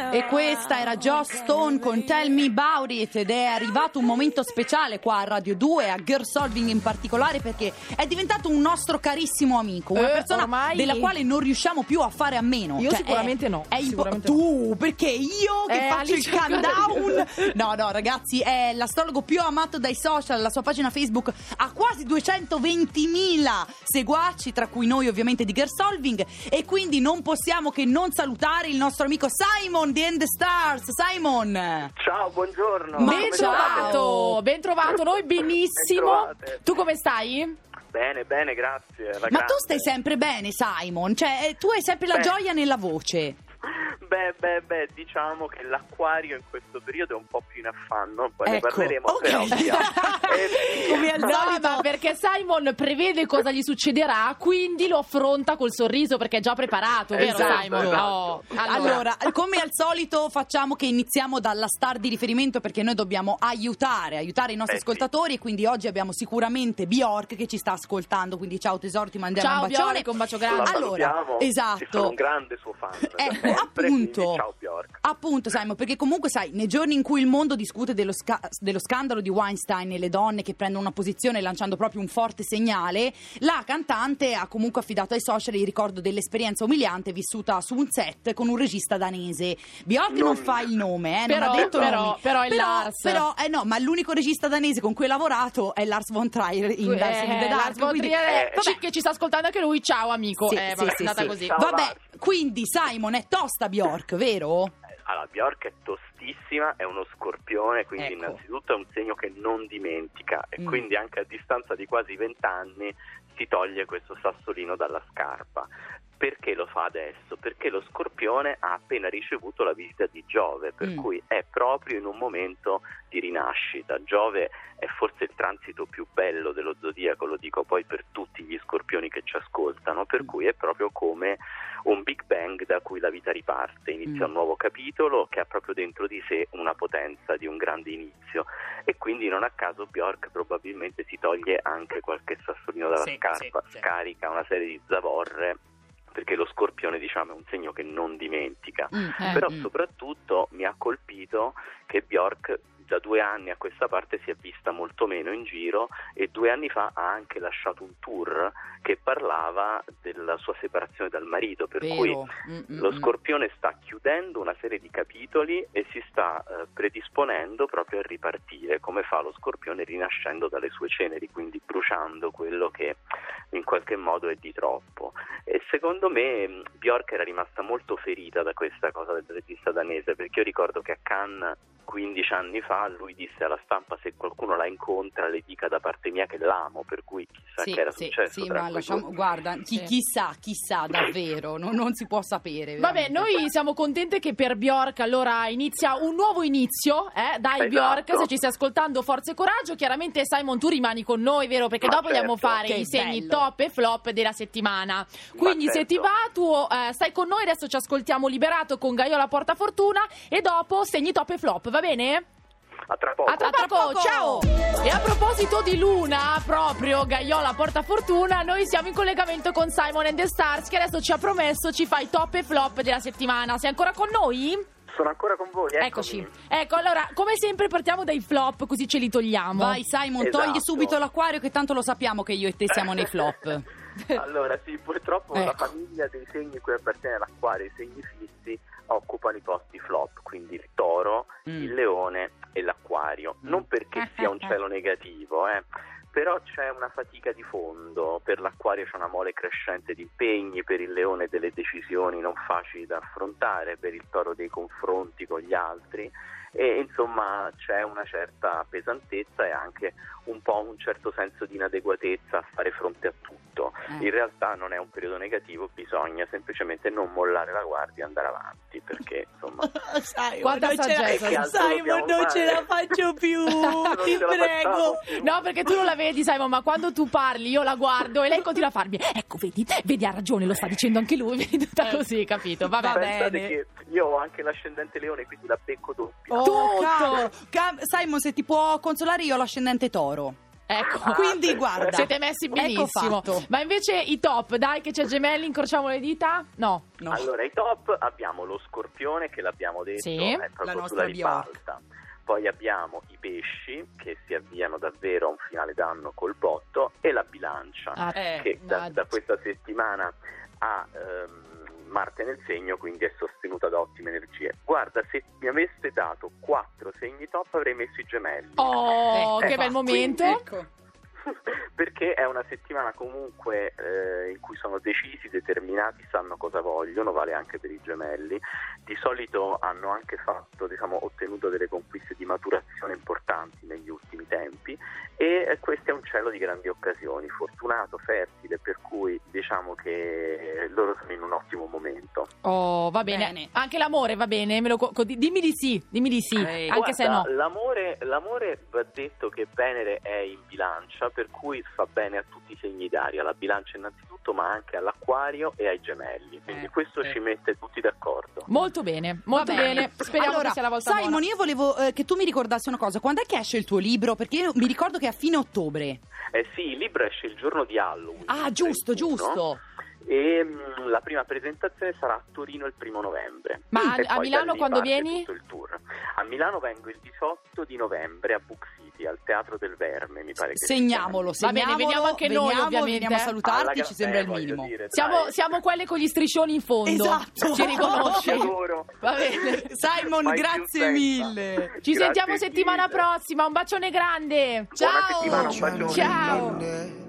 E questa era Joss Stone con Tell Me About It, ed è arrivato un momento speciale qua a Radio 2, a Girl Solving in particolare, perché è diventato un nostro carissimo amico, una persona ormai... della quale non riusciamo più a fare a meno. Io sicuramente no. Tu, perché io che faccio il countdown? No, ragazzi, è l'astrologo più amato dai social, la sua pagina Facebook ha quasi 220.000 seguaci, tra cui noi ovviamente di Girl Solving, e quindi non possiamo che non salutare il nostro amico Simon di End Stars. Simon, ciao, buongiorno. Ben trovato, noi benissimo. Tu come stai? Bene, grazie. Ma tu stai sempre bene, Simon? Cioè, tu hai sempre la gioia nella voce. Beh, diciamo che l'acquario in questo periodo è un po' più in affanno, poi ne parleremo, però come al solito, ma perché Simon prevede cosa gli succederà, quindi lo affronta col sorriso perché è già preparato, vero Simon? Esatto. Oh. Allora, come al solito facciamo che iniziamo dalla star di riferimento, perché noi dobbiamo aiutare i nostri ascoltatori, e quindi oggi abbiamo sicuramente Bjork che ci sta ascoltando, quindi ciao tesoro, ti mandiamo un bacione. Bjork, un bacio grande. Allora, esatto. Sono un grande suo fan. Ciao Bjork. Appunto, Simon, perché comunque sai, nei giorni in cui il mondo discute dello scandalo di Weinstein e le donne che prendono una posizione lanciando proprio un forte segnale, la cantante ha comunque affidato ai social il ricordo dell'esperienza umiliante vissuta su un set con un regista danese. Bjork non fa il nome, non ha detto però è Lars. No, ma l'unico regista danese con cui ha lavorato è Lars von Trier in Dancing in the Dark. Lars von Trier, che ci sta ascoltando anche lui. Ciao amico. È andata così. Ciao, vabbè, Lars. quindi Simon, è tosta Bjork, vero? Allora, Bjork è tostissima, è uno scorpione, quindi Ecco. innanzitutto è un segno che non dimentica, e quindi anche a distanza di quasi 20 anni si toglie questo sassolino dalla scarpa. Perché lo fa adesso? Perché lo Scorpione ha appena ricevuto la visita di Giove, per cui è proprio in un momento di rinascita. Giove è forse il transito più bello dello zodiaco, lo dico poi per tutti gli scorpioni che ci ascoltano, per cui è proprio come un Big Bang da cui la vita riparte, inizia un nuovo capitolo che ha proprio dentro di sé una potenza di un grande inizio, e quindi non a caso Bjork probabilmente si toglie anche qualche sassolino dalla scarpa, scarica una serie di zavorre, perché lo Scorpione, diciamo, è un segno che non dimentica. Però soprattutto mi ha colpito che Bjork da 2 anni a questa parte si è vista molto meno in giro, e 2 anni fa ha anche lasciato un tour che parlava della sua separazione dal marito, per cui lo Scorpione sta chiudendo una serie di capitoli e si sta predisponendo proprio a ripartire, come fa lo Scorpione rinascendo dalle sue ceneri, quindi bruciando quello che in qualche modo è di troppo. E secondo me Bjork era rimasta molto ferita da questa cosa del regista danese, perché io ricordo che a Cannes 15 anni fa lui disse alla stampa: se qualcuno la incontra le dica da parte mia che l'amo, per cui chissà che era successo tra ma guarda, chissà davvero, non si può sapere veramente. Vabbè, noi siamo contente che per Bjork allora inizia un nuovo inizio, dai. Esatto. Bjork, se ci stai ascoltando, forza e coraggio. Chiaramente Simon, tu rimani con noi, vero? Perché dopo andiamo a fare i segni top e flop della settimana, quindi se ti va tu stai con noi, adesso ci ascoltiamo Liberato con Gaiola Portafortuna e dopo segni top e flop, va bene? A tra poco. A tra poco, ciao! E a proposito di Luna, proprio Gaiola Portafortuna, noi siamo in collegamento con Simon and the Stars, che adesso ci ha promesso ci fa i top e flop della settimana. Sei ancora con noi? Sono ancora con voi, eccoci. Ecco, allora, come sempre partiamo dai flop, così ce li togliamo. Vai Simon, togli subito l'acquario, che tanto lo sappiamo che io e te siamo nei flop. Allora sì, purtroppo la famiglia dei segni cui appartiene l'acquario, i segni fissi, occupano i posti flop, quindi il toro, il leone e l'acquario. Non perché sia un cielo negativo, però c'è una fatica di fondo. Per l'acquario c'è una mole crescente di impegni, per il leone delle decisioni non facili da affrontare, per il toro dei confronti con gli altri, e insomma c'è una certa pesantezza e anche un po' un certo senso di inadeguatezza a fare fronte a tutto. In realtà non è un periodo negativo, bisogna semplicemente non mollare la guardia e andare avanti, perché insomma Simon, non ce la faccio più, ti prego. No, perché tu non la vedi, Simon, ma quando tu parli io la guardo e lei continua a farmi ecco, vedi, ha ragione, lo sta dicendo anche lui, vedi, tutta così, capito? Va bene. Che io ho anche l'ascendente leone, quindi la becco doppia. Simon, se ti può consolare, io ho l'ascendente toro. Ecco. Quindi guarda, siete messi benissimo. Ecco, ma invece i top, dai che c'è Gemelli, incrociamo le dita? No. Allora, i top abbiamo lo Scorpione, che l'abbiamo detto, Sì, è la proprio nostra sulla ribalta. Poi abbiamo i Pesci, che si avviano davvero a un finale d'anno col botto, e la Bilancia, che da questa settimana ha Marte nel segno, quindi è sostenuta da ottime energie. Guarda, se mi aveste dato 4 segni top avrei messo i Gemelli. Che bel momento. Quindi, ecco. Perché è una settimana comunque in cui sono decisi, determinati, sanno cosa vogliono, vale anche per i Gemelli. Di solito hanno anche ottenuto delle conquiste di maturazione importanti negli ultimi tempi, e questo è un cielo di grandi occasioni, fortunato, fertile, per cui diciamo che loro sono in un ottimo momento. Va bene. Anche l'amore va bene? Dimmi di sì, anche guarda, se no. L'amore va detto che Venere è in Bilancia, per cui fa bene a tutti i segni d'aria, alla Bilancia innanzitutto, ma anche all'Acquario e ai Gemelli, quindi questo ci mette tutti d'accordo. Molto bene, molto bene. Speriamo che sia la volta Simon, buona. io volevo che tu mi ricordassi una cosa. Quando è che esce il tuo libro? Perché io mi ricordo che è a fine ottobre. Sì, il libro esce il giorno di Halloween. Giusto. E la prima presentazione sarà a Torino il 1° novembre. Ma E a poi Milano da lì quando parte vieni? tutto il tour. A Milano vengo il 18 di novembre a Book City, al Teatro del Verme, mi pare che Segniamolo. Va bene, veniamo anche noi, ovviamente. Veniamo a salutarti, ci sembra il minimo. Siamo quelle con gli striscioni in fondo. Esatto. Ci riconosci? Va bene. Simon, Mai grazie più mille. Ci Grazie sentiamo settimana mille. prossima. Un bacione grande. Buona settimana, un bacione. Ciao.